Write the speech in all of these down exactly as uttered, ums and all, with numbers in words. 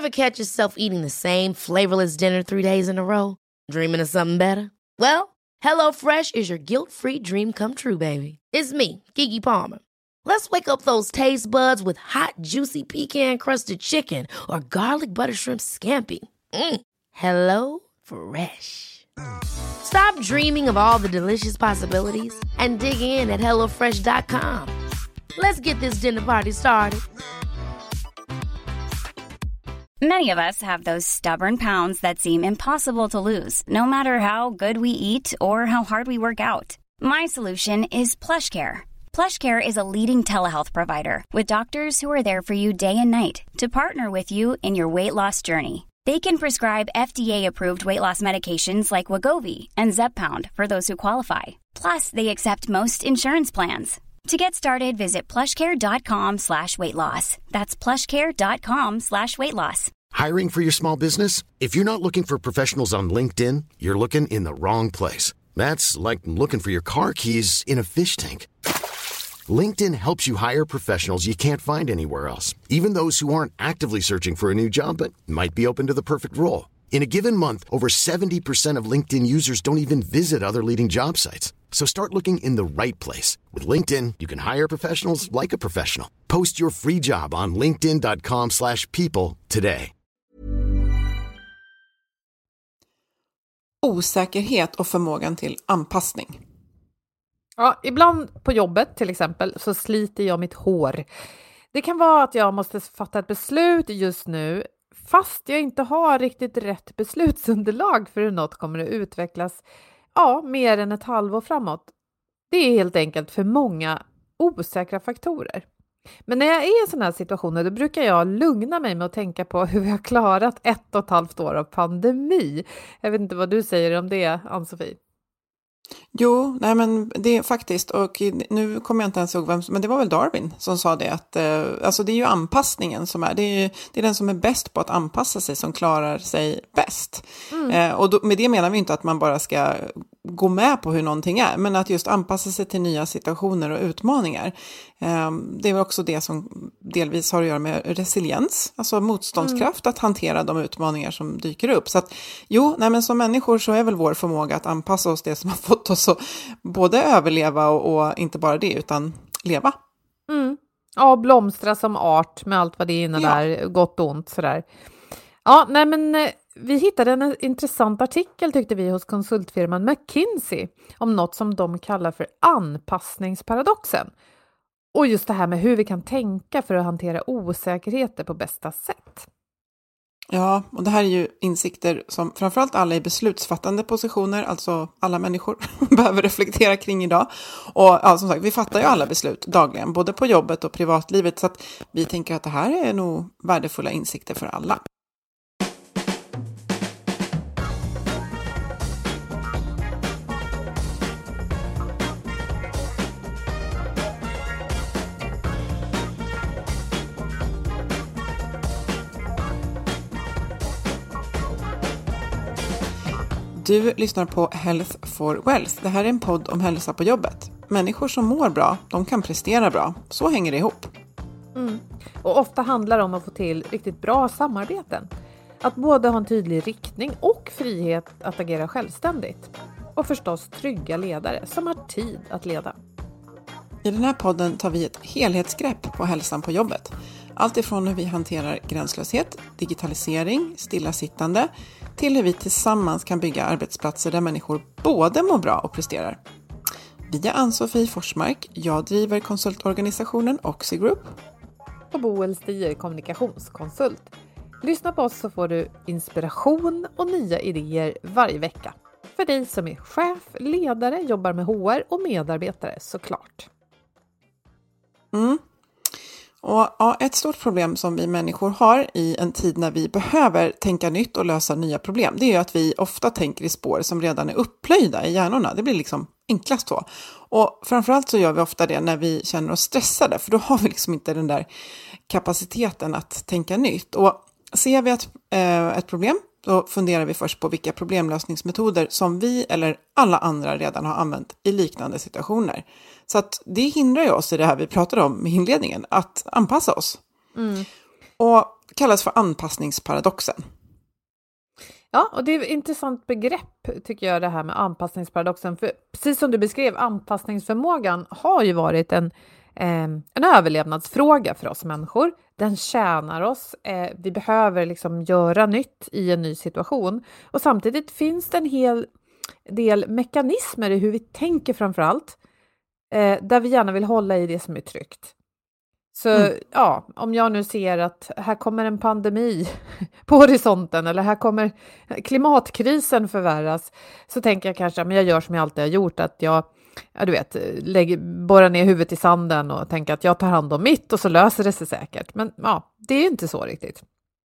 Ever catch yourself eating the same flavorless dinner three days in a row? Dreaming of something better? Well, HelloFresh is your guilt-free dream come true, baby. It's me, Keke Palmer. Let's wake up those taste buds with hot, juicy pecan-crusted chicken or garlic butter shrimp scampi. Mm. Hello Fresh. Stop dreaming of all the delicious possibilities and dig in at hello fresh dot com. Let's get this dinner party started. Many of us have those stubborn pounds that seem impossible to lose, no matter how good we eat or how hard we work out. My solution is PlushCare. PlushCare is a leading telehealth provider with doctors who are there for you day and night to partner with you in your weight loss journey. They can prescribe F D A-approved weight loss medications like Wegovy and Zepbound for those who qualify. Plus, they accept most insurance plans. To get started, visit plushcare.com slash weight loss. That's plushcare.com slash weight loss. Hiring for your small business? If you're not looking for professionals on LinkedIn, you're looking in the wrong place. That's like looking for your car keys in a fish tank. LinkedIn helps you hire professionals you can't find anywhere else, even those who aren't actively searching for a new job but might be open to the perfect role. In a given month, over seventy percent of LinkedIn users don't even visit other leading job sites. So start looking in the right place. With LinkedIn, you can hire professionals like a professional. Post your free job on linkedin dot com slash people today. Osäkerhet och förmågan till anpassning. Ja, ibland på jobbet till exempel så sliter jag mitt hår. Det kan vara att jag måste fatta ett beslut just nu fast jag inte har riktigt rätt beslutsunderlag för hur något kommer att utvecklas ja, mer än ett halvår framåt. Det är helt enkelt för många osäkra faktorer. Men när jag är i sådana här situationer då brukar jag lugna mig med att tänka på hur jag har klarat ett och ett halvt år av pandemi. Jag vet inte vad du säger om det, Ann-Sofie. Jo, nej men det är faktiskt, och nu kommer jag inte ens ihåg vem, men det var väl Darwin som sa det, att eh, alltså det är ju anpassningen som är, det är ju, det är den som är bäst på att anpassa sig som klarar sig bäst. Mm. Eh, och då, med det menar vi inte att man bara ska gå med på hur någonting är, men att just anpassa sig till nya situationer och utmaningar. Eh, det är också det som delvis har att göra med resiliens, alltså motståndskraft, mm. att hantera de utmaningar som dyker upp. Så att jo, nej men som människor så är väl vår förmåga att anpassa oss det som har fått oss att både överleva och, och inte bara det utan leva. Mm. Ja, blomstra som art med allt vad det innebär, ja. Gott och ont sådär. Ja, nej men vi hittade en intressant artikel tyckte vi hos konsultfirman McKinsey om något som de kallar för anpassningsparadoxen. Och just det här med hur vi kan tänka för att hantera osäkerheter på bästa sätt. Ja, och det här är ju insikter som framförallt alla i beslutsfattande positioner, alltså alla människor, behöver reflektera kring idag. Och ja, som sagt, vi fattar ju alla beslut dagligen, både på jobbet och privatlivet, så att vi tänker att det här är nog värdefulla insikter för alla. Du lyssnar på Health for Wealth. Det här är en podd om hälsa på jobbet. Människor som mår bra, de kan prestera bra. Så hänger det ihop. Mm. Och ofta handlar det om att få till riktigt bra samarbeten. Att både ha en tydlig riktning och frihet att agera självständigt. Och förstås trygga ledare som har tid att leda. I den här podden tar vi ett helhetsgrepp på hälsan på jobbet. Allt ifrån hur vi hanterar gränslöshet, digitalisering, stillasittande till hur vi tillsammans kan bygga arbetsplatser där människor både mår bra och presterar. Vi är Ann-Sofie Forsmark, jag driver konsultorganisationen Oxigroup. Och Boel Stier, kommunikationskonsult. Lyssna på oss så får du inspiration och nya idéer varje vecka. För dig som är chef, ledare, jobbar med H R och medarbetare såklart. Mm. Och ja, ett stort problem som vi människor har i en tid när vi behöver tänka nytt och lösa nya problem, det är ju att vi ofta tänker i spår som redan är upplöjda i hjärnorna. Det blir liksom enklast så. Och framförallt så gör vi ofta det när vi känner oss stressade, för då har vi liksom inte den där kapaciteten att tänka nytt. Och ser vi ett, eh, ett problem, då funderar vi först på vilka problemlösningsmetoder som vi eller alla andra redan har använt i liknande situationer. Så att det hindrar ju oss i det här vi pratade om med inledningen, att anpassa oss. Mm. Och kallas för anpassningsparadoxen. Ja, och det är ett intressant begrepp tycker jag det här med anpassningsparadoxen. För precis som du beskrev, anpassningsförmågan har ju varit en, eh, en överlevnadsfråga för oss människor. Den tjänar oss. Eh, vi behöver liksom göra nytt i en ny situation. Och samtidigt finns det en hel del mekanismer i hur vi tänker framförallt. Eh, där vi gärna vill hålla i det som är tryggt. Så mm. ja, om jag nu ser att här kommer en pandemi på horisonten eller här kommer klimatkrisen förvärras, så tänker jag kanske att jag gör som jag alltid har gjort, att jag, ja, du vet, lägger, borrar ner huvudet i sanden och tänker att jag tar hand om mitt och så löser det sig säkert. Men ja, det är inte så riktigt.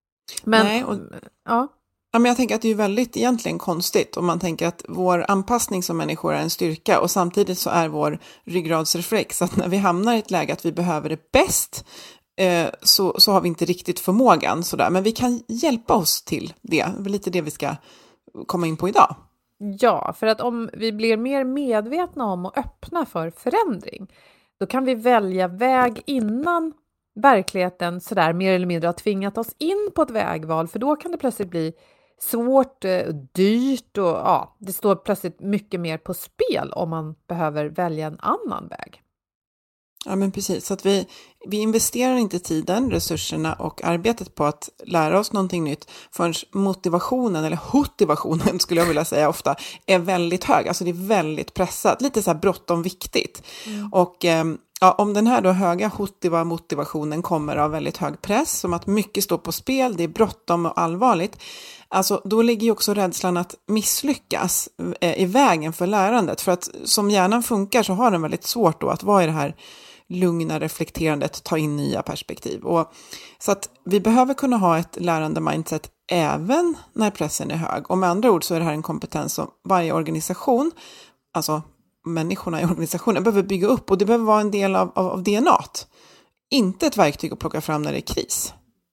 Men Nej, och... ja. Ja, men jag tänker att det är väldigt egentligen konstigt om man tänker att vår anpassning som människor är en styrka och samtidigt så är vår ryggradsreflex att när vi hamnar i ett läge att vi behöver det bäst eh, så, så har vi inte riktigt förmågan sådär. Men vi kan hjälpa oss till det. Det är lite det vi ska komma in på idag. Ja, för att om vi blir mer medvetna om och öppna för förändring, då kan vi välja väg innan verkligheten sådär mer eller mindre har tvingat oss in på ett vägval, för då kan det plötsligt bli svårt, dyrt och ja, det står plötsligt mycket mer på spel om man behöver välja en annan väg. Ja, men precis. Så att vi, vi investerar inte tiden, resurserna och arbetet på att lära oss någonting nytt förrän motivationen, eller motivationen skulle jag vilja säga ofta, är väldigt hög. Alltså det är väldigt pressat, lite så här bråttom viktigt. Mm. Och eh, ja, om den här då höga hotiva motivationen kommer av väldigt hög press, som att mycket står på spel, det är bråttom och allvarligt, alltså då ligger ju också rädslan att misslyckas eh, i vägen för lärandet. För att som hjärnan funkar så har den väldigt svårt då att vara i det här lugna reflekterandet, ta in nya perspektiv. Och, så att vi behöver kunna ha ett lärande mindset även när pressen är hög. Och med andra ord så är det här en kompetens som varje organisation, alltså människorna i organisationen, behöver bygga upp. Och det behöver vara en del av, av, av D N A-t. Inte ett verktyg att plocka fram när det är kris.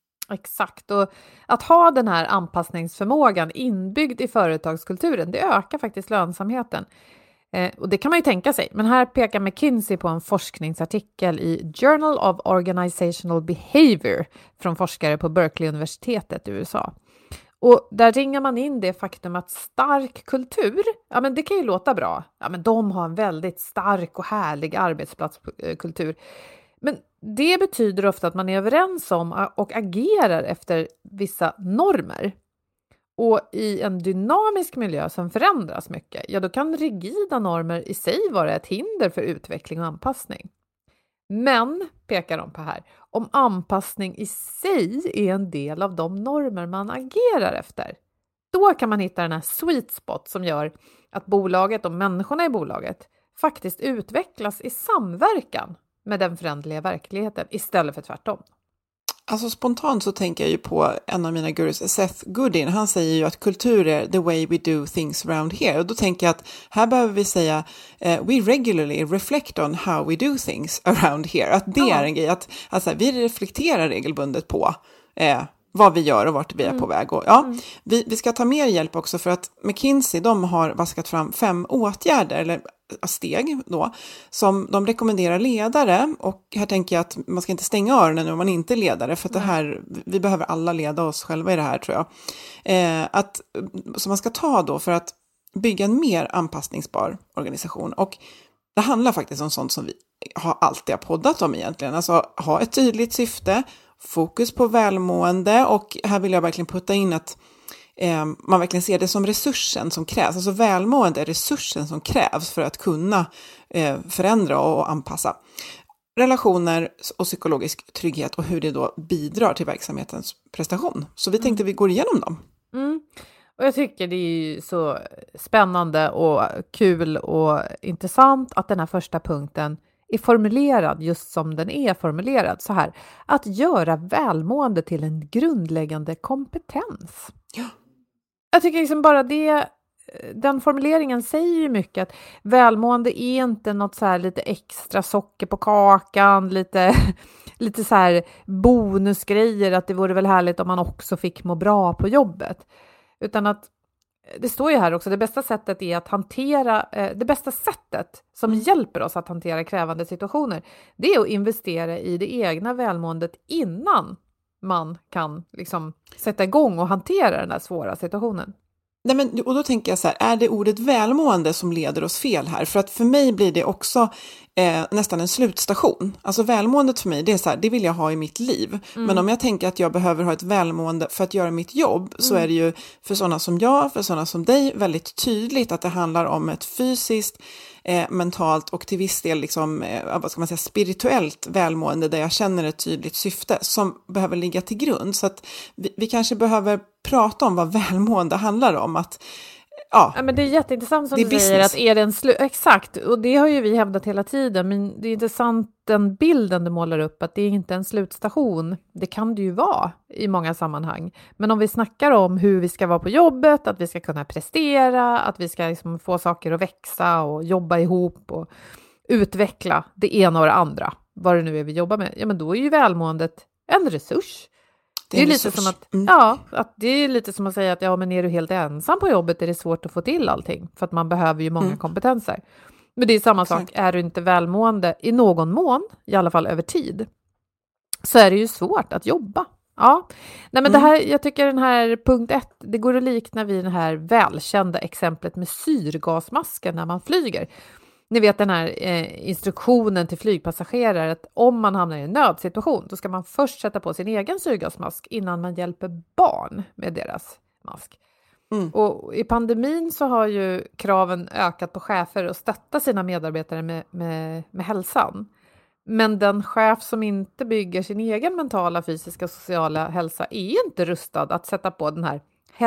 Exakt, och att ha den här anpassningsförmågan inbyggd i företagskulturen, det ökar faktiskt lönsamheten. Eh, och det kan man ju tänka sig, men här pekar McKinsey på en forskningsartikel i Journal of Organizational Behavior från forskare på Berkeley-universitetet i U S A. Och där ringar man in det faktum att stark kultur, ja men det kan ju låta bra, ja men de har en väldigt stark och härlig arbetsplatskultur. Men det betyder ofta att man är överens om och agerar efter vissa normer. Och i en dynamisk miljö som förändras mycket, ja då kan rigida normer i sig vara ett hinder för utveckling och anpassning. Men, pekar de på här, om anpassning i sig är en del av de normer man agerar efter, då kan man hitta den här sweet spot som gör att bolaget och människorna i bolaget faktiskt utvecklas i samverkan med den föränderliga verkligheten istället för tvärtom. Alltså spontant så tänker jag ju på en av mina gurus, Seth Godin. Han säger ju att kultur är the way we do things around here. Och då tänker jag att här behöver vi säga uh, we regularly reflect on how we do things around here. Att det ja. är en grej, att alltså, vi reflekterar regelbundet på eh, vad vi gör och vart vi är mm. på väg. Och, ja, mm. vi, vi ska ta mer hjälp också för att McKinsey, de har vaskat fram fem åtgärder eller steg då, som de rekommenderar ledare, och här tänker jag att man ska inte stänga öronen om man inte är ledare, för att det här, vi behöver alla leda oss själva i det här tror jag. Eh, att, som man ska ta då för att bygga en mer anpassningsbar organisation, och det handlar faktiskt om sånt som vi har alltid har poddat om egentligen, alltså ha ett tydligt syfte, fokus på välmående, och här vill jag verkligen putta in att eh, man verkligen ser det som resursen som krävs. Alltså välmående är resursen som krävs för att kunna eh, förändra och anpassa. Relationer och psykologisk trygghet och hur det då bidrar till verksamhetens prestation. Så vi tänkte mm. vi går igenom dem. Mm. Och jag tycker det är så spännande och kul och intressant att den här första punkten är formulerad just som den är formulerad. Så här, att göra välmående till en grundläggande kompetens. Ja. Jag tycker liksom bara det, den formuleringen säger ju mycket att välmående är inte något så här lite extra socker på kakan, lite, lite så här bonusgrejer, att det vore väl härligt om man också fick må bra på jobbet. Utan att det står ju här också, det bästa sättet är att hantera, det bästa sättet som mm. hjälper oss att hantera krävande situationer, det är att investera i det egna välmåendet innan man kan liksom sätta igång och hantera den här svåra situationen. Nej, men, och då tänker jag så här, är det ordet välmående som leder oss fel här? För att för mig blir det också eh, nästan en slutstation. Alltså välmåendet för mig, det är så här, det vill jag ha i mitt liv. Mm. Men om jag tänker att jag behöver ha ett välmående för att göra mitt jobb, mm. så är det ju för sådana som jag, för sådana som dig, väldigt tydligt att det handlar om ett fysiskt, eh, mentalt och till viss del liksom, eh, vad ska man säga, spirituellt välmående där jag känner ett tydligt syfte som behöver ligga till grund. Så att vi, vi kanske behöver prata om vad välmående handlar om. Att, ja, ja, men det är jätteintressant som det är du business. säger att är det en slu- exakt, och det har ju vi hävdat hela tiden, men det är intressant den bilden du målar upp, att det är inte en slutstation. Det kan det ju vara i många sammanhang, men om vi snackar om hur vi ska vara på jobbet, att vi ska kunna prestera, att vi ska liksom få saker att växa och jobba ihop och utveckla det ena och det andra, vad det nu är vi jobbar med, ja men då är ju välmåendet en resurs. Det är, det är lite som att, mm. ja, att det är lite som att säga att ja, men är du helt ensam på jobbet är det svårt att få till allting. För att man behöver ju många mm. kompetenser. Men det är samma Exakt. sak, är du inte välmående i någon mån, i alla fall över tid, så är det ju svårt att jobba. Ja, nej men mm. det här, jag tycker den här punkt ett, det går att likna vid det här välkända exemplet med syrgasmasken när man flyger. Ni vet den här eh, instruktionen till flygpassagerare att om man hamnar i en nödsituation då ska man först sätta på sin egen syrgasmask innan man hjälper barn med deras mask. Mm. Och i pandemin så har ju kraven ökat på chefer att stötta sina medarbetare med, med, med hälsan. Men den chef som inte bygger sin egen mentala, fysiska och sociala hälsa är inte rustad att sätta på den här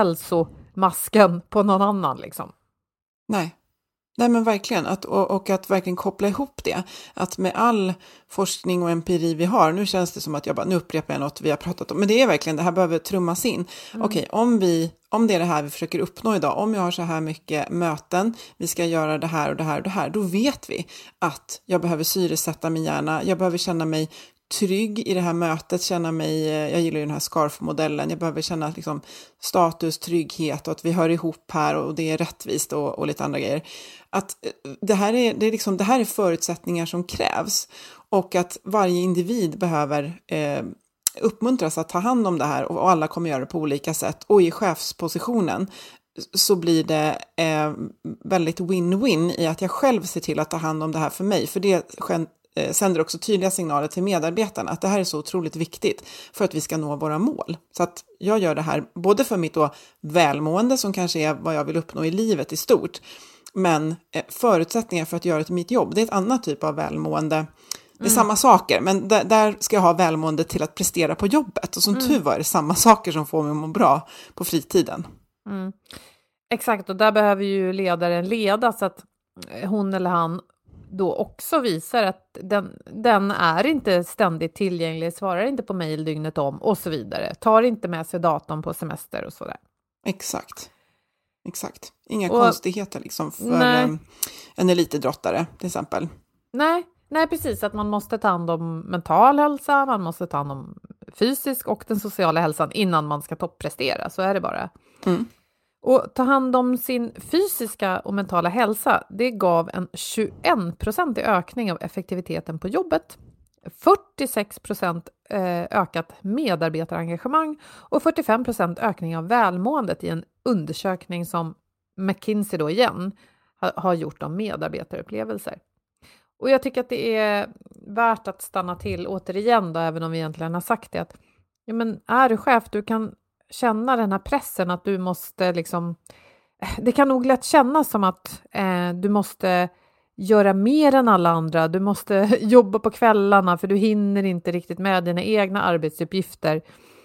hälsomasken på någon annan liksom. Nej. Nej men verkligen, att, och, och att verkligen koppla ihop det. Att med all forskning och empiri vi har, nu känns det som att jag bara, nu upprepar jag något vi har pratat om. Men det är verkligen, det här behöver trummas in. Mm. Okej, om vi, om det är det här vi försöker uppnå idag, om jag har så här mycket möten, vi ska göra det här och det här och det här, då vet vi att jag behöver syresätta min hjärna, jag behöver känna mig trygg i det här mötet, känna mig, jag gillar ju den här scarf-modellen, jag behöver känna liksom status, trygghet och att vi hör ihop här och det är rättvist och, och lite andra grejer. Att det här är, det är liksom, det här är förutsättningar som krävs och att varje individ behöver eh, uppmuntras att ta hand om det här och, och alla kommer göra det på olika sätt och i chefspositionen så blir det eh, väldigt win-win i att jag själv ser till att ta hand om det här för mig, för det sänder också tydliga signaler till medarbetarna att det här är så otroligt viktigt för att vi ska nå våra mål. Så att jag gör det här både för mitt då välmående som kanske är vad jag vill uppnå i livet i stort, men förutsättningar för att göra det mitt jobb, det är ett annat typ av välmående. Det är mm. samma saker, men där, där ska jag ha välmående till att prestera på jobbet och som mm. tur var är det samma saker som får mig att må bra på fritiden. Mm. Exakt, och där behöver ju ledaren leda så att hon eller han då också visar att den, den är inte ständigt tillgänglig, svarar inte på mejl dygnet om och så vidare. Tar inte med sig datorn på semester och sådär. Exakt. Exakt. Inga och, konstigheter liksom för nej. en elitidrottare till exempel. Nej, nej, precis. Att man måste ta hand om mental hälsa, man måste ta hand om fysisk och den sociala hälsan innan man ska topprestera. Så är det bara. Mm. Och ta hand om sin fysiska och mentala hälsa, det gav en tjugoen procent i ökning av effektiviteten på jobbet, fyrtiosex procent ökat medarbetarengagemang och fyrtiofem procent ökning av välmåendet i en undersökning som McKinsey då igen har gjort om medarbetarupplevelser. Och jag tycker att det är värt att stanna till återigen då, även om vi egentligen har sagt det, att ja, men är du chef, du kan känna den här pressen att du måste liksom, det kan nog lätt kännas som att eh, du måste göra mer än alla andra, du måste jobba på kvällarna för du hinner inte riktigt med dina egna arbetsuppgifter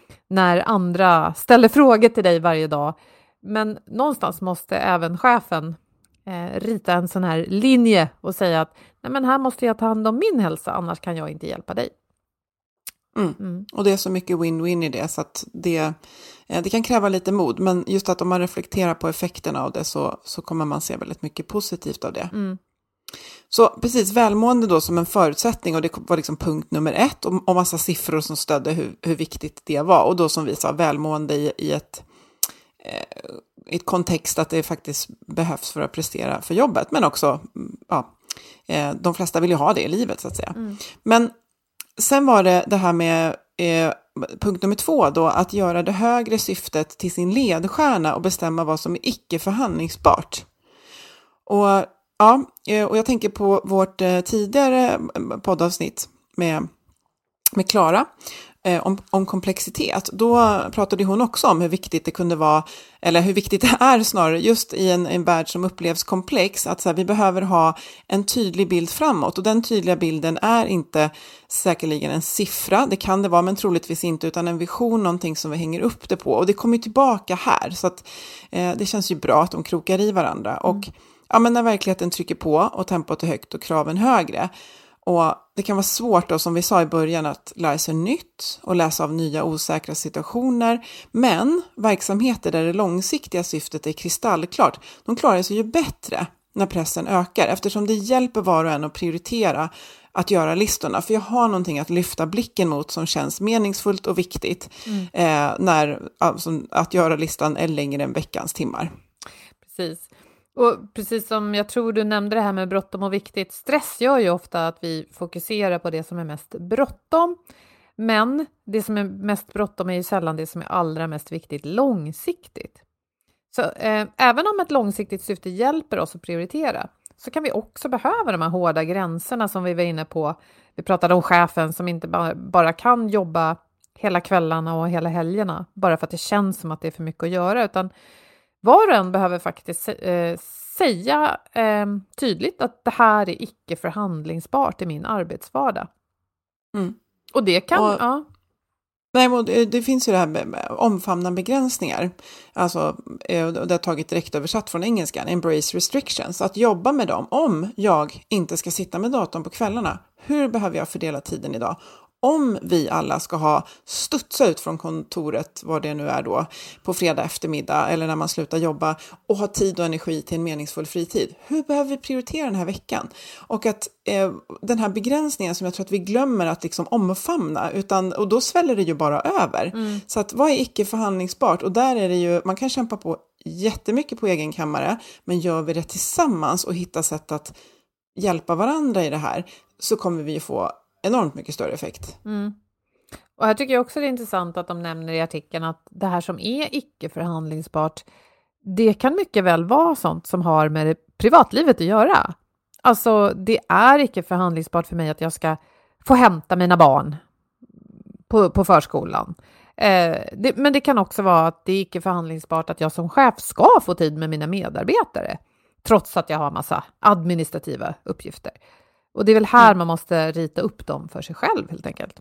när andra ställer frågor till dig varje dag. Men någonstans måste även chefen eh, rita en sån här linje och säga att nej, men här måste jag ta hand om min hälsa, annars kan jag inte hjälpa dig. Mm. Mm. Och det är så mycket win-win i det så att det, det kan kräva lite mod, men just att om man reflekterar på effekterna av det så, så kommer man se väldigt mycket positivt av det. Mm. Så precis, välmående då som en förutsättning, och det var liksom punkt nummer ett och, och massa siffror som stödde hur, hur viktigt det var, och då som vi sa, välmående i, i ett eh, i ett kontext att det faktiskt behövs för att prestera för jobbet, men också ja, de flesta vill ju ha det i livet så att säga. Mm. Men sen var det det här med eh, punkt nummer två då, att göra det högre syftet till sin ledstjärna och bestämma vad som är icke förhandlingsbart. Och ja, och jag tänker på vårt tidigare poddavsnitt med med Klara eh, om, om komplexitet. Då pratade hon också om hur viktigt det kunde vara, eller hur viktigt det är snarare, just i en, en värld som upplevs komplex, att så här, vi behöver ha en tydlig bild framåt, och den tydliga bilden är inte säkerligen en siffra, det kan det vara men troligtvis inte, utan en vision, någonting som vi hänger upp det på, och det kommer ju tillbaka här, så att eh, det känns ju bra att de krokar i varandra. Mm. Och ja, men när verkligheten trycker på och tempot är högt och kraven högre, och det kan vara svårt då, som vi sa i början, att lära sig nytt och läsa av nya osäkra situationer. Men verksamheter där det långsiktiga syftet är kristallklart, de klarar sig ju bättre när pressen ökar, eftersom det hjälper var och en att prioritera att göra listorna. För jag har någonting att lyfta blicken mot som känns meningsfullt och viktigt mm. eh, när alltså, att göra listan är längre än veckans timmar. Precis. Och precis som jag tror du nämnde det här med bråttom och viktigt. Stress gör ju ofta att vi fokuserar på det som är mest bråttom. Men det som är mest bråttom är ju sällan det som är allra mest viktigt långsiktigt. Så eh, även om ett långsiktigt syfte hjälper oss att prioritera, så kan vi också behöva de här hårda gränserna som vi var inne på. Vi pratade om chefen som inte bara, bara kan jobba hela kvällarna och hela helgerna bara för att det känns som att det är för mycket att göra, utan var och en behöver faktiskt eh, säga eh, tydligt att det här är icke förhandlingsbart i min arbetsvardag. Mm. Och det kan... Och, ja. Nej, men det, det finns ju det här med, med omfamna begränsningar. Alltså, det har tagit direkt översatt från engelskan, embrace restrictions. Att jobba med dem. Om jag inte ska sitta med datorn på kvällarna, hur behöver jag fördela tiden idag? Om vi alla ska ha studsa ut från kontoret, vad det nu är då, på fredag eftermiddag eller när man slutar jobba, och ha tid och energi till en meningsfull fritid. Hur behöver vi prioritera den här veckan? Och att eh, den här begränsningen som jag tror att vi glömmer att liksom omfamna, utan, och då sväller det ju bara över. Mm. Så att vad är icke förhandlingsbart? Och där är det ju, man kan kämpa på jättemycket på egen kammare, men gör vi det tillsammans och hittar sätt att hjälpa varandra i det här, så kommer vi få enormt mycket större effekt. Mm. Och här tycker jag också det är intressant att de nämner i artikeln att det här som är icke förhandlingsbart, det kan mycket väl vara sånt som har med det privatlivet att göra. Alltså det är icke förhandlingsbart för mig att jag ska få hämta mina barn på, på förskolan. Eh, det, men det kan också vara att det är icke förhandlingsbart att jag som chef ska få tid med mina medarbetare, trots att jag har massa administrativa uppgifter. Och det är väl här man måste rita upp dem för sig själv helt enkelt.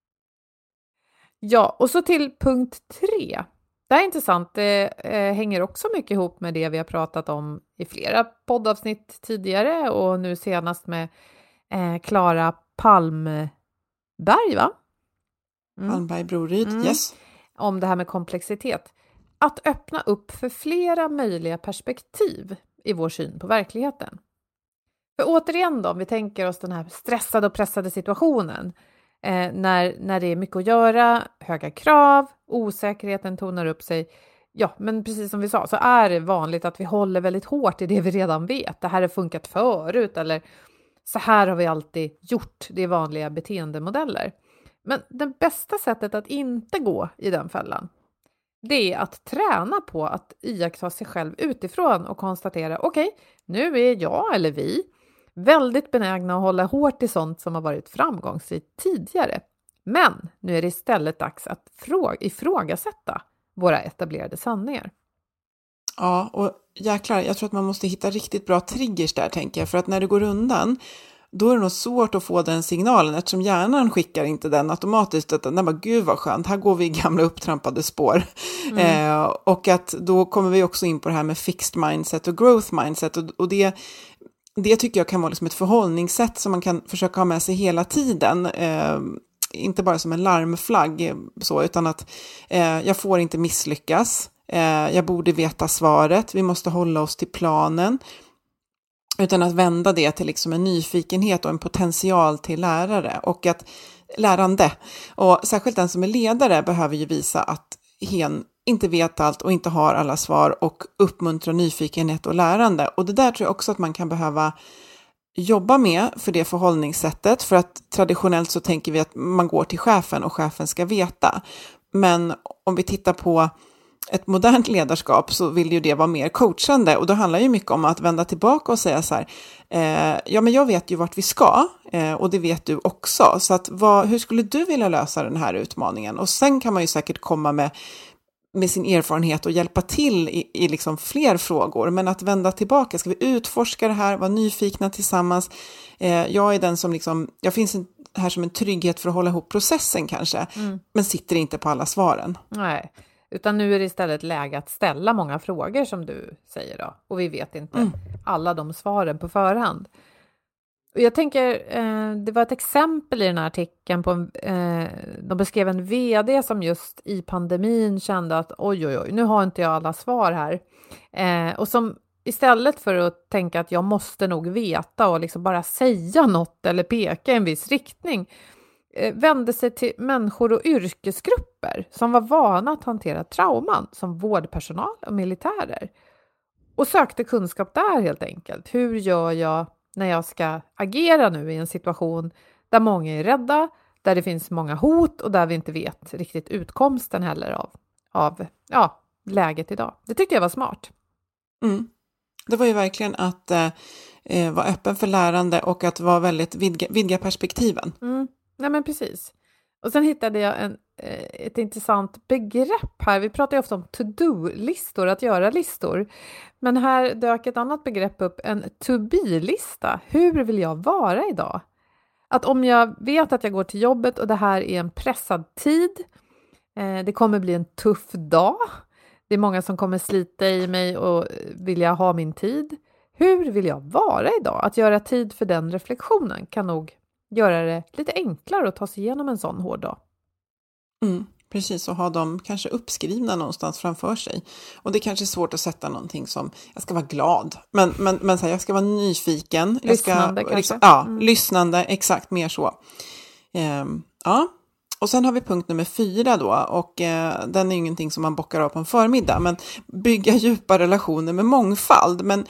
Ja, och så till punkt tre. Det här är intressant. Det eh, hänger också mycket ihop med det vi har pratat om i flera poddavsnitt tidigare. Och nu senast med Klara eh, Palmberg, va? Mm. Palmberg Broryd, mm. yes. Om det här med komplexitet. Att öppna upp för flera möjliga perspektiv i vår syn på verkligheten. För återigen då, om vi tänker oss den här stressade och pressade situationen. Eh, när, när det är mycket att göra, höga krav, osäkerheten tonar upp sig. Ja, men precis som vi sa så är det vanligt att vi håller väldigt hårt i det vi redan vet. Det här har funkat förut, eller så här har vi alltid gjort. Det är vanliga beteendemodeller. Men det bästa sättet att inte gå i den fällan, det är att träna på att iaktta sig själv utifrån och konstatera, okej, okay, nu är jag eller vi väldigt benägna att hålla hårt i sånt som har varit framgångsrikt tidigare. Men nu är det istället dags att fråga, ifrågasätta våra etablerade sanningar. Ja, och jäklar, jag tror att man måste hitta riktigt bra triggers där, tänker jag. För att när det går undan, då är det nog svårt att få den signalen, eftersom hjärnan skickar inte den automatiskt. Att den bara, gud vad skönt, här går vi i gamla upptrampade spår. Mm. Eh, och att då kommer vi också in på det här med fixed mindset och growth mindset. Och, och det, det tycker jag kan vara liksom ett förhållningssätt som man kan försöka ha med sig hela tiden. Eh, inte bara som en larmflagg, så, utan att eh, jag får inte misslyckas. Eh, jag borde veta svaret, vi måste hålla oss till planen. Utan att vända det till liksom en nyfikenhet och en potential till lärare och att lärande. Och särskilt den som är ledare behöver ju visa att hen inte vet allt och inte har alla svar, och uppmuntra nyfikenhet och lärande. Och det där tror jag också att man kan behöva jobba med för det förhållningssättet. För att traditionellt så tänker vi att man går till chefen och chefen ska veta. Men om vi tittar på ett modernt ledarskap så vill ju det vara mer coachande, och då handlar ju mycket om att vända tillbaka och säga så här, eh, ja men jag vet ju vart vi ska eh, och det vet du också, så att vad, hur skulle du vilja lösa den här utmaningen? Och sen kan man ju säkert komma med, med sin erfarenhet och hjälpa till i, i liksom fler frågor, men att vända tillbaka, ska vi utforska det här, vara nyfikna tillsammans, eh, jag är den som liksom, jag finns här som en trygghet för att hålla ihop processen kanske, mm. men sitter inte på alla svaren. Nej. Utan nu är det istället läge att ställa många frågor som du säger då. Och vi vet inte mm. alla de svaren på förhand. Och jag tänker, eh, det var ett exempel i den här artikeln på en, eh, de beskrev en vd som just i pandemin kände att oj oj oj, nu har inte jag alla svar här. Eh, och som istället för att tänka att jag måste nog veta och liksom bara säga något eller peka i en viss riktning, vände sig till människor och yrkesgrupper som var vana att hantera trauman, som vårdpersonal och militärer. Och sökte kunskap där helt enkelt. Hur gör jag när jag ska agera nu i en situation där många är rädda, där det finns många hot och där vi inte vet riktigt utkomsten heller av, av ja, läget idag. Det tyckte jag var smart. Mm. Det var ju verkligen att eh, vara öppen för lärande och att vara väldigt vidga, vidga perspektiven. Mm. Nej men precis. Och sen hittade jag en, ett intressant begrepp här. Vi pratar ju ofta om to-do-listor, att göra listor. Men här dök ett annat begrepp upp, en to-be-lista. Hur vill jag vara idag? Att om jag vet att jag går till jobbet och det här är en pressad tid. Eh, det kommer bli en tuff dag. Det är många som kommer slita i mig och vilja ha min tid. Hur vill jag vara idag? Att göra tid för den reflektionen kan nog göra det lite enklare att ta sig igenom en sån hård dag. Mm, precis, och ha dem kanske uppskrivna någonstans framför sig. Och det är kanske svårt att sätta någonting som, jag ska vara glad, men, men, men så här, jag ska vara nyfiken. Lyssnande jag ska, kanske? liksom, ja, mm. lyssnande, exakt, mer så. Ehm, ja, och sen har vi punkt nummer fyra då, och eh, den är ju ingenting som man bockar av på en förmiddag, men bygga djupa relationer med mångfald. Men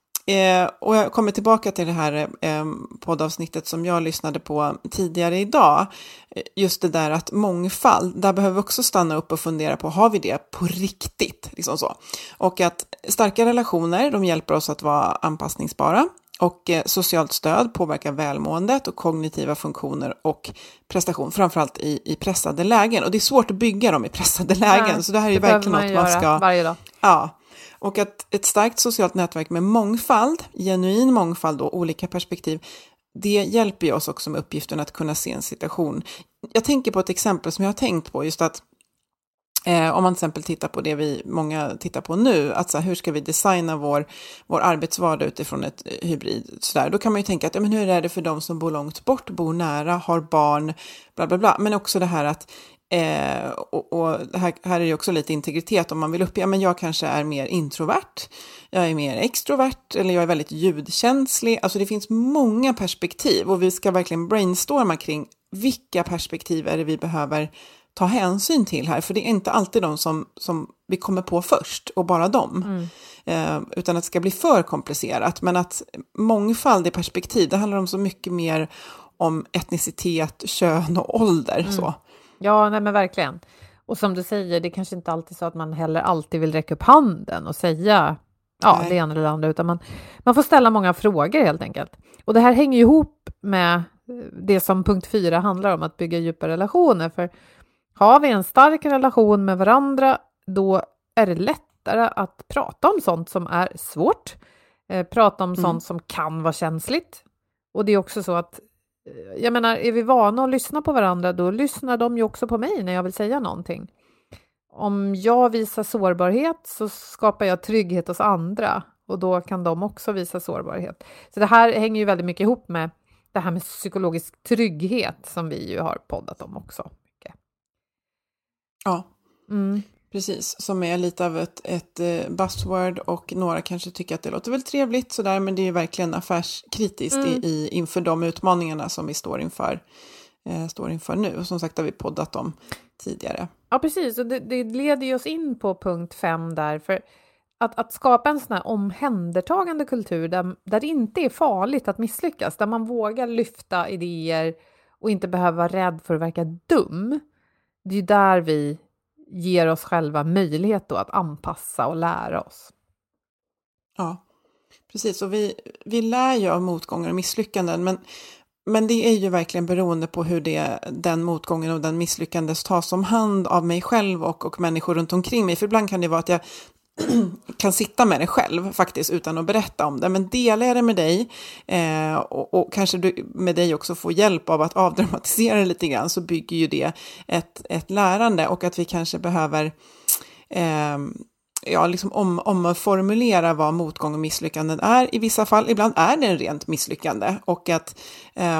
Eh, och jag kommer tillbaka till det här eh, poddavsnittet som jag lyssnade på tidigare idag. Just det där att mångfald, där behöver vi också stanna upp och fundera på, har vi det på riktigt? Liksom så. Och att starka relationer, de hjälper oss att vara anpassningsbara. Och eh, socialt stöd påverkar välmåendet och kognitiva funktioner och prestation, framförallt i, i pressade lägen. Och det är svårt att bygga dem i pressade lägen, ja, så det här är ju verkligen något man ska... varje dag. Ja. Och att ett starkt socialt nätverk med mångfald, genuin mångfald och olika perspektiv, det hjälper ju oss också med uppgiften att kunna se en situation. Jag tänker på ett exempel som jag har tänkt på, just att eh, om man till exempel tittar på det vi många tittar på nu, att så här, hur ska vi designa vår, vår arbetsvardag utifrån ett hybrid, så där, då kan man ju tänka att ja, men hur är det för de som bor långt bort, bor nära, har barn, bla bla bla, men också det här att Eh, och, och här, här är det också lite integritet om man vill upp, ja men jag kanske är mer introvert, jag är mer extrovert eller jag är väldigt ljudkänslig, alltså det finns många perspektiv och vi ska verkligen brainstorma kring vilka perspektiv är det vi behöver ta hänsyn till här, för det är inte alltid de som, som vi kommer på först och bara dem, mm. eh, utan att det ska bli för komplicerat, men att mångfald i perspektiv, det handlar om så mycket mer om etnicitet, kön och ålder mm. så. Ja, nej men verkligen. Och som du säger, det är kanske inte alltid så att man heller alltid vill räcka upp handen och säga ja, det ena eller det andra, utan man, man får ställa många frågor helt enkelt. Och det här hänger ju ihop med det som punkt fyra handlar om, att bygga djupa relationer. För har vi en stark relation med varandra, då är det lättare att prata om sånt som är svårt. Eh, prata om mm. sånt som kan vara känsligt. Och det är också så att jag menar, är vi vana att lyssna på varandra, då lyssnar de ju också på mig när jag vill säga någonting. Om jag visar sårbarhet så skapar jag trygghet hos andra, och då kan de också visa sårbarhet. Så det här hänger ju väldigt mycket ihop med det här med psykologisk trygghet som vi ju har poddat om också. Ja, mm. precis. Som är lite av ett, ett buzzword, och några kanske tycker att det låter väl trevligt sådär, men det är verkligen affärskritiskt mm. i, i, inför de utmaningarna som vi står inför, eh, står inför nu. Och som sagt har vi poddat om tidigare. Ja, precis. Och det, det leder ju oss in på punkt fem där, för att, att skapa en sån här omhändertagande kultur där, där det inte är farligt att misslyckas, där man vågar lyfta idéer och inte behöver vara rädd för att verka dum. Det är ju där vi ger oss själva möjlighet då att anpassa och lära oss. Ja, precis. Och vi, vi lär ju av motgångar och misslyckanden, men, men det är ju verkligen beroende på hur det, den motgången och den misslyckandet tas om hand av mig själv och, och människor runt omkring mig. För ibland kan det vara att jag kan sitta med det själv faktiskt utan att berätta om det, men delar jag det med dig eh, och, och kanske du med dig också får hjälp av att avdramatisera det lite grann, så bygger ju det ett, ett lärande, och att vi kanske behöver eh, ja, liksom om, omformulera vad motgång och misslyckanden är i vissa fall. Ibland är det en rent misslyckande, och att eh,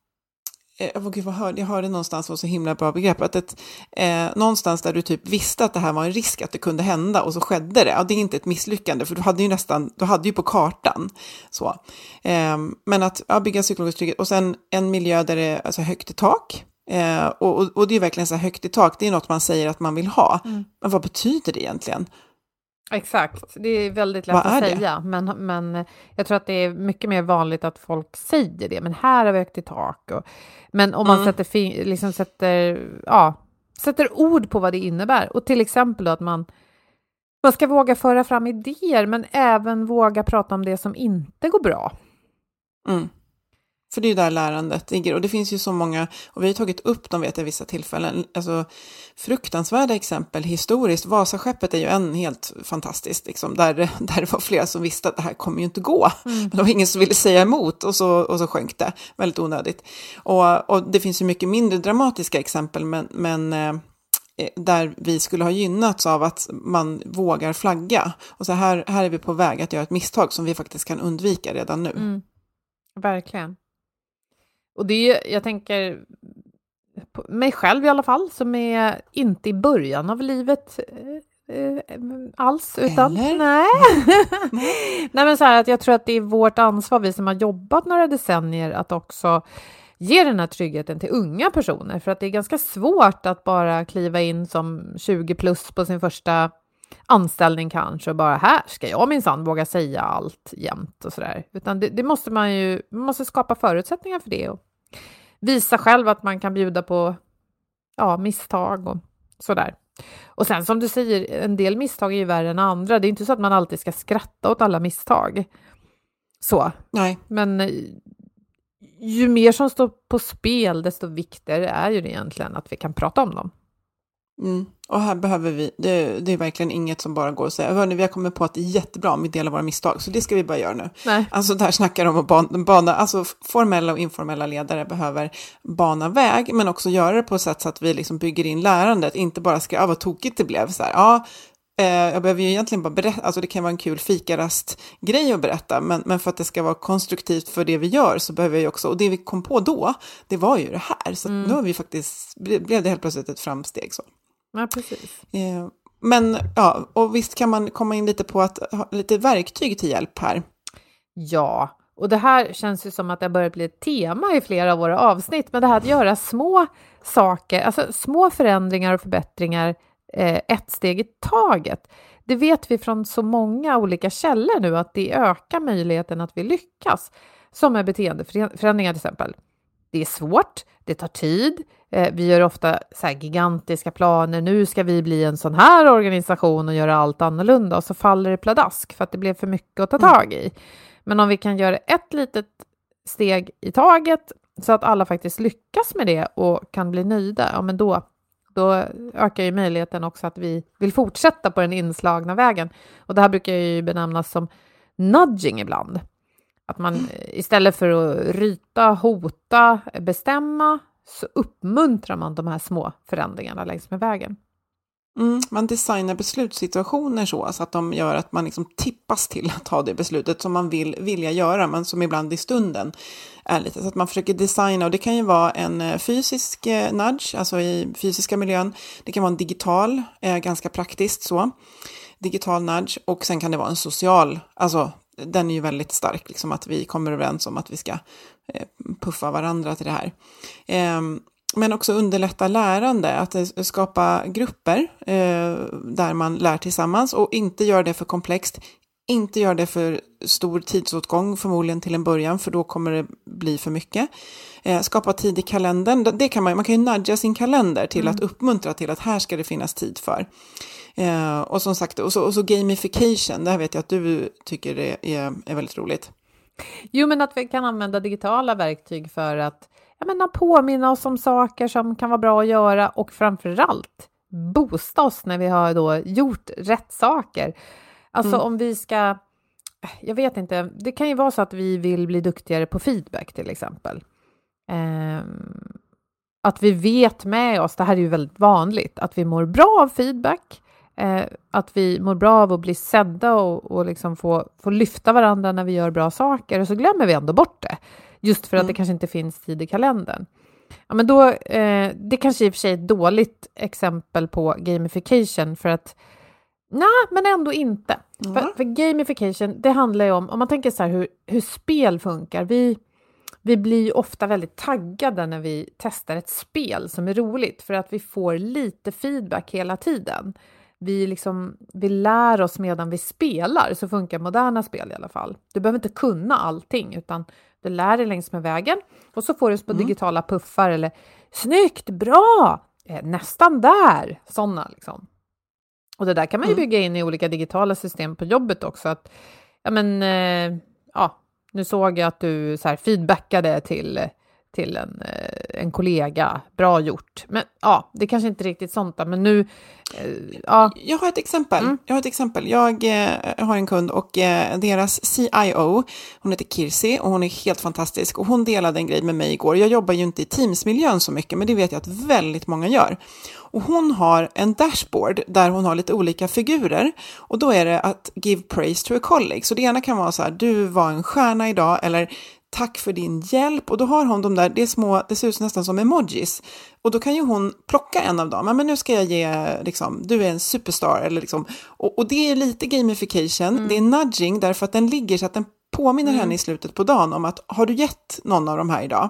Oh, Gud, vad hörde, jag hörde någonstans var så himla bra begrepp, att ett, eh, någonstans där du typ visste att det här var en risk att det kunde hända och så skedde det. Ja, det är inte ett misslyckande, för du hade ju nästan, du hade ju på kartan så. Eh, men att ja, bygga psykologisk trygghet, och sen en miljö där det är alltså, högt i tak. Eh, och, och, och det är verkligen så här, högt i tak, det är något man säger att man vill ha. Mm. Men vad betyder det egentligen? Exakt, det är väldigt lätt att säga, men, men jag tror att det är mycket mer vanligt att folk säger det, men här har vi högt i tak. Och, men om man mm. sätter, liksom sätter, ja, sätter ord på vad det innebär, och till exempel då att man, man ska våga föra fram idéer, men även våga prata om det som inte går bra. Mm. För det är ju där lärandet ligger, och det finns ju så många, och vi har tagit upp dem vet jag vissa tillfällen, alltså fruktansvärda exempel historiskt. Vasaskeppet är ju en helt fantastiskt, liksom, där, där det var flera som visste att det här kommer ju inte gå, mm. men det var ingen som ville säga emot, och så, och så sjönk det, väldigt onödigt. Och, och det finns ju mycket mindre dramatiska exempel, men, men eh, där vi skulle ha gynnats av att man vågar flagga, och så här, här är vi på väg att göra ett misstag som vi faktiskt kan undvika redan nu. Mm. Verkligen. Och det är, jag tänker på mig själv i alla fall, som är inte i början av livet eh, alls, utan Eller? nej. nej men så här, att jag tror att det är vårt ansvar, vi som har jobbat några decennier, att också ge den här tryggheten till unga personer, för att det är ganska svårt att bara kliva in som tjugo plus på sin första anställning kanske, och bara här ska jag minsann våga säga allt jämt och sådär. Utan det, det måste man ju, man måste skapa förutsättningar för det och visa själv att man kan bjuda på ja, misstag och sådär. Och sen som du säger, en del misstag är ju värre än andra. Det är inte så att man alltid ska skratta åt alla misstag. Så. Nej. Men ju mer som står på spel, desto viktigare är ju det egentligen att vi kan prata om dem. Mm. Och här behöver vi, det, det är verkligen inget som bara går att säga. Hörrni, vi har kommit på att det är jättebra om vi delar våra misstag, så det ska vi bara göra nu. Nej. Alltså där snackar de om att bana, alltså formella och informella ledare behöver bana väg, men också göra det på ett sätt så att vi liksom bygger in lärandet, inte bara ska, ja vad tokigt det blev så här, ja eh, jag behöver ju egentligen bara berätta, alltså det kan vara en kul fikarast-grej att berätta, men, men för att det ska vara konstruktivt för det vi gör så behöver vi också, och det vi kom på då, det var ju det här, så mm. nu har vi faktiskt, blev det helt plötsligt ett framsteg så. Ja, precis. Eh, men ja, och visst kan man komma in lite på att ha lite verktyg till hjälp här. Ja, och det här känns ju som att det börjar bli ett tema i flera av våra avsnitt, men det här att göra små saker, alltså små förändringar och förbättringar eh, ett steg i taget. Det vet vi från så många olika källor nu, att det ökar möjligheten att vi lyckas, som med beteendeförändringar till exempel. Det är svårt, det tar tid. Vi gör ofta så här gigantiska planer. Nu ska vi bli en sån här organisation och göra allt annorlunda. Och så faller det pladask för att det blev för mycket att ta tag i. Men om vi kan göra ett litet steg i taget så att alla faktiskt lyckas med det och kan bli nöjda. Ja, men då, då ökar ju möjligheten också att vi vill fortsätta på den inslagna vägen. Och det här brukar ju benämnas som nudging ibland. Att man istället för att ryta, hota, bestämma, så uppmuntrar man de här små förändringarna längs med vägen. Mm, man designar beslutssituationer så, så att de gör att man liksom tippas till att ta det beslutet som man vill vilja göra, men som ibland i stunden är lite. Så att man försöker designa, och det kan ju vara en fysisk nudge, alltså i fysiska miljön. Det kan vara en digital, eh, ganska praktiskt så. Digital nudge, och sen kan det vara en social, alltså den är ju väldigt stark, liksom att vi kommer överens om att vi ska eh, puffa varandra till det här. Eh, men också underlätta lärande, att skapa grupper eh, där man lär tillsammans och inte göra det för komplext, inte göra det för stor tidsåtgång förmodligen till en början, för då kommer det bli för mycket. Eh, skapa tid i kalendern, det kan man, man kan ju nudga sin kalender till mm. att uppmuntra till att här ska det finnas tid för. Eh, och som sagt, och så, och så gamification, det här vet jag att du tycker det är, är väldigt roligt. Jo, men att vi kan använda digitala verktyg för att jag menar, påminna oss om saker som kan vara bra att göra och framförallt boosta oss när vi har då gjort rätt saker. Alltså mm. om vi ska, jag vet inte, det kan ju vara så att vi vill bli duktigare på feedback till exempel. Eh, att vi vet med oss, det här är ju väldigt vanligt, att vi mår bra av feedback. Eh, att vi mår bra av att bli sedda och, och liksom få, få lyfta varandra när vi gör bra saker, och så glömmer vi ändå bort det. Just för att mm. det kanske inte finns tid i kalendern. Ja, men då, eh, det kanske i och för sig är ett dåligt exempel på gamification, för att nej, men ändå inte. Mm. För, för gamification, det handlar ju om, om man tänker så här hur, hur spel funkar. Vi, vi blir ju ofta väldigt taggade när vi testar ett spel som är roligt, för att vi får lite feedback hela tiden. Vi, liksom, vi lär oss medan vi spelar, så funkar moderna spel i alla fall. Du behöver inte kunna allting, utan du lär dig längs med vägen. Och så får du på mm. digitala puffar eller snyggt, bra, eh, nästan där. Sådana liksom. Och det där kan man ju bygga in i olika digitala system på jobbet också. Att, ja men, eh, ja, nu såg jag att du så här feedbackade till... till en, en kollega. Bra gjort. Men ja, det är kanske inte riktigt sånt där, men nu eh, ja. Jag har ett exempel. Mm. Jag har ett exempel. Jag eh, har en kund och eh, deras C I O, hon heter Kirsi och hon är helt fantastisk, och hon delade en grej med mig igår. Jag jobbar ju inte i Teams-miljön så mycket, men det vet jag att väldigt många gör. Och hon har en dashboard där hon har lite olika figurer, och då är det att give praise to a colleague. Så det ena kan vara så här, du var en stjärna idag, eller tack för din hjälp. Och då har hon de där, det är små, det ser ut nästan som emojis. Och då kan ju hon plocka en av dem. Men nu ska jag ge, liksom, du är en superstar. Eller liksom, och, och det är lite gamification. Mm. Det är nudging därför att den ligger så att den påminner mm. henne i slutet på dagen om att har du gett någon av de här idag?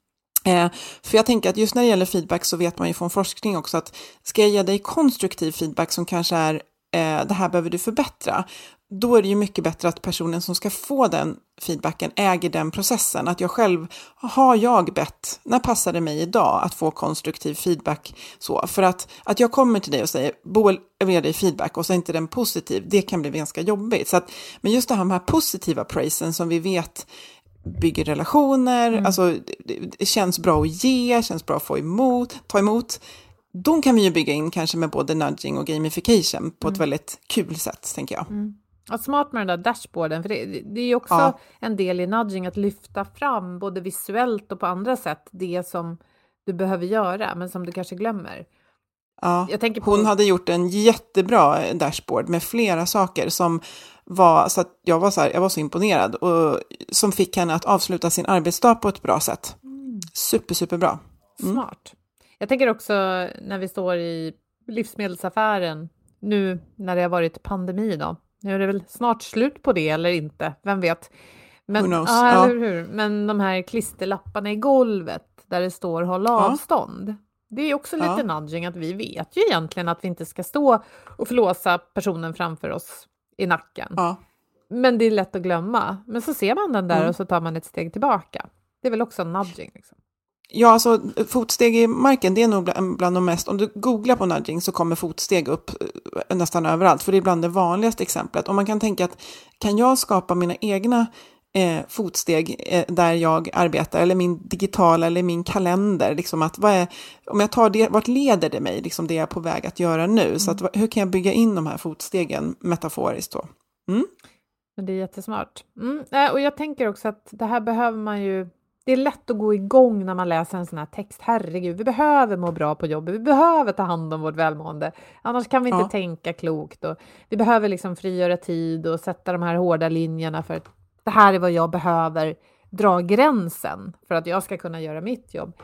Eh, för jag tänker att just när det gäller feedback så vet man ju från forskning också att ska jag ge dig konstruktiv feedback som kanske är eh, det här behöver du förbättra, då är det ju mycket bättre att personen som ska få den feedbacken äger den processen. Att jag själv, har jag bett, när passar det mig idag att få konstruktiv feedback? Så, för att, att jag kommer till dig och säger, Boel, jag vill ge dig feedback, och så är inte den positiv, det kan bli ganska jobbigt. Så att, men just det här med positiva praisen som vi vet bygger relationer, mm. alltså det, det känns bra att ge, känns bra att få emot, ta emot. De kan vi ju bygga in kanske med både nudging och gamification på mm. ett väldigt kul sätt, tänker jag. Mm. Ja, smart med den där dashboarden, för det, det är ju också ja. en del i nudging att lyfta fram både visuellt och på andra sätt det som du behöver göra men som du kanske glömmer. Ja, jag tänker på... Hon hade gjort en jättebra dashboard med flera saker som var så att jag var så här, jag var så imponerad, och som fick henne att avsluta sin arbetsdag på ett bra sätt. Mm. Super, super bra. Mm. Smart. Jag tänker också när vi står i livsmedelsaffären nu när det har varit pandemi då. Nu är det väl snart slut på det eller inte, vem vet. Men, Who knows? Ja, ja. hur, hur. Men de här klisterlapparna i golvet där det står håll avstånd. Ja. Det är också lite ja. nudging att vi vet ju egentligen att vi inte ska stå och förlåsa personen framför oss i nacken. Ja. Men det är lätt att glömma. Men så ser man den där mm. och så tar man ett steg tillbaka. Det är väl också nudging liksom. Ja, alltså fotsteg i marken, det är nog bland, bland de mest, om du googlar på nudging så kommer fotsteg upp nästan överallt, för det är bland det vanligaste exemplet. Och man kan tänka att kan jag skapa mina egna eh, fotsteg eh, där jag arbetar, eller min digitala eller min kalender, liksom att vad är, om jag tar det, vart leder det mig, liksom det jag är på väg att göra nu, mm. så att hur kan jag bygga in de här fotstegen metaforiskt då? Mm? Men det är jättesmart. Mm. Och jag tänker också att det här behöver man ju. Det är lätt att gå igång när man läser en sån här text. Herregud, vi behöver må bra på jobbet. Vi behöver ta hand om vårt välmående. Annars kan vi inte ja. tänka klokt. Och vi behöver liksom frigöra tid och sätta de här hårda linjerna för att det här är vad jag behöver dra gränsen för att jag ska kunna göra mitt jobb.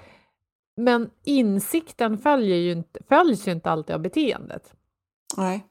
Men insikten följer ju inte, följs ju inte alltid av beteendet. Nej.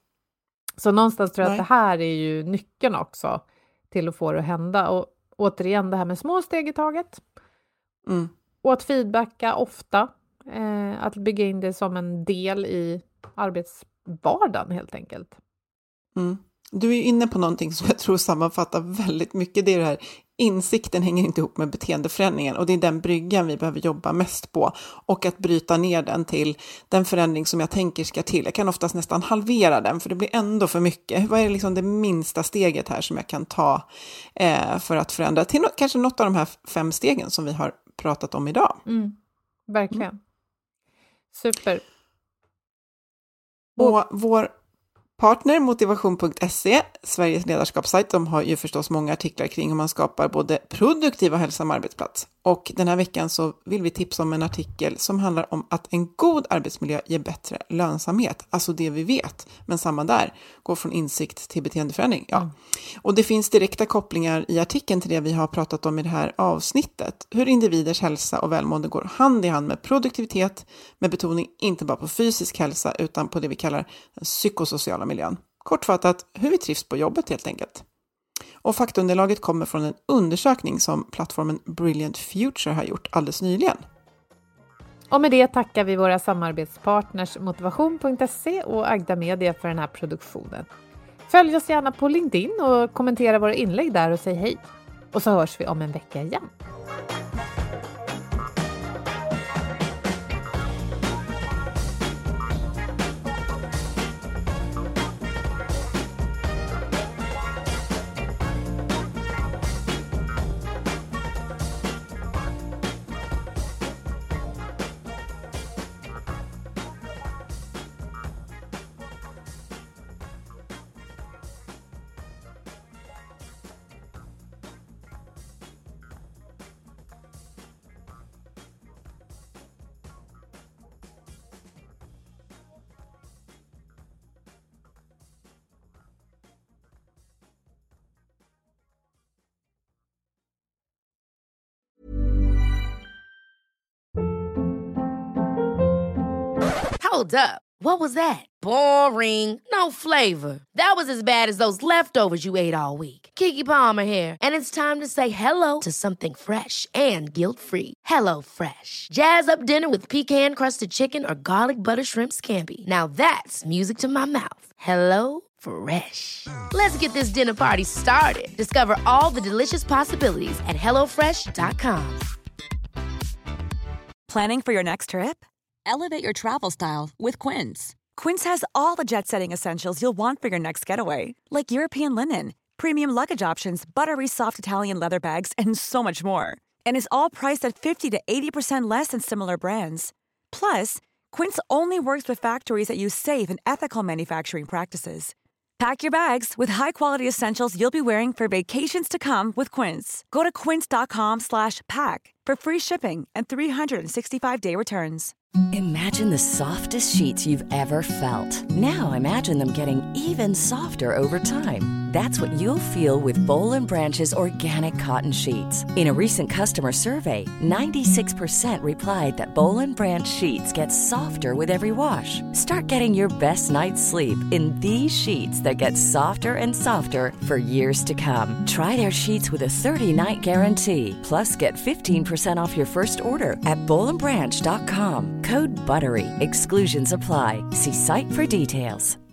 Så någonstans tror jag Nej. att det här är ju nyckeln också till att få det att hända. Och återigen det här med små steg i taget. Mm. Och att feedbacka ofta. Eh, att bygga in det som en del i arbetsvardagen helt enkelt. Mm. Du är inne på någonting som jag tror sammanfattar väldigt mycket. Det är det här, insikten hänger inte ihop med beteendeförändringen, och det är den bryggan vi behöver jobba mest på, och att bryta ner den till den förändring som jag tänker ska till. Jag kan oftast nästan halvera den, för det blir ändå för mycket. Vad är liksom det minsta steget här som jag kan ta eh, för att förändra till no- kanske något av de här fem stegen som vi har pratat om idag? Mm. Verkligen. Mm. Super. Och vår partner motivation punkt se, Sveriges ledarskapssajt, de har ju förstås många artiklar kring hur man skapar både produktiv och hälsosam arbetsplats. Och den här veckan så vill vi tipsa om en artikel som handlar om att en god arbetsmiljö ger bättre lönsamhet. Alltså det vi vet, men samma där, går från insikt till beteendeförändring. Ja. Mm. Och det finns direkta kopplingar i artikeln till det vi har pratat om i det här avsnittet. Hur individers hälsa och välmående går hand i hand med produktivitet, med betoning inte bara på fysisk hälsa utan på det vi kallar den psykosociala miljön. Kortfattat, hur vi trivs på jobbet helt enkelt. Och faktaunderlaget kommer från en undersökning som plattformen Brilliant Future har gjort alldeles nyligen. Och med det tackar vi våra samarbetspartners motivation punkt se och Agda Media för den här produktionen. Följ oss gärna på LinkedIn och kommentera våra inlägg där och säg hej. Och så hörs vi om en vecka igen. Hold up. What was that? Boring. No flavor. That was as bad as those leftovers you ate all week. Keke Palmer here, and it's time to say hello to something fresh and guilt-free. Hello Fresh. Jazz up dinner with pecan-crusted chicken or garlic butter shrimp scampi. Now that's music to my mouth. Hello Fresh. Let's get this dinner party started. Discover all the delicious possibilities at hello fresh dot com. Planning for your next trip? Elevate your travel style with Quince. Quince has all the jet-setting essentials you'll want for your next getaway, like European linen, premium luggage options, buttery soft Italian leather bags, and so much more. And is all priced at fifty to eighty percent less than similar brands. Plus, Quince only works with factories that use safe and ethical manufacturing practices. Pack your bags with high-quality essentials you'll be wearing for vacations to come with Quince. Go to quince dot com slash pack for free shipping and three sixty-five day returns. Imagine the softest sheets you've ever felt. Now imagine them getting even softer over time. That's what you'll feel with Boll and Branch's organic cotton sheets. In a recent customer survey, ninety-six percent replied that Boll and Branch sheets get softer with every wash. Start getting your best night's sleep in these sheets that get softer and softer for years to come. Try their sheets with a thirty-night guarantee. Plus, get fifteen percent off your first order at boll and branch dot com. Code BUTTERY. Exclusions apply. See site for details.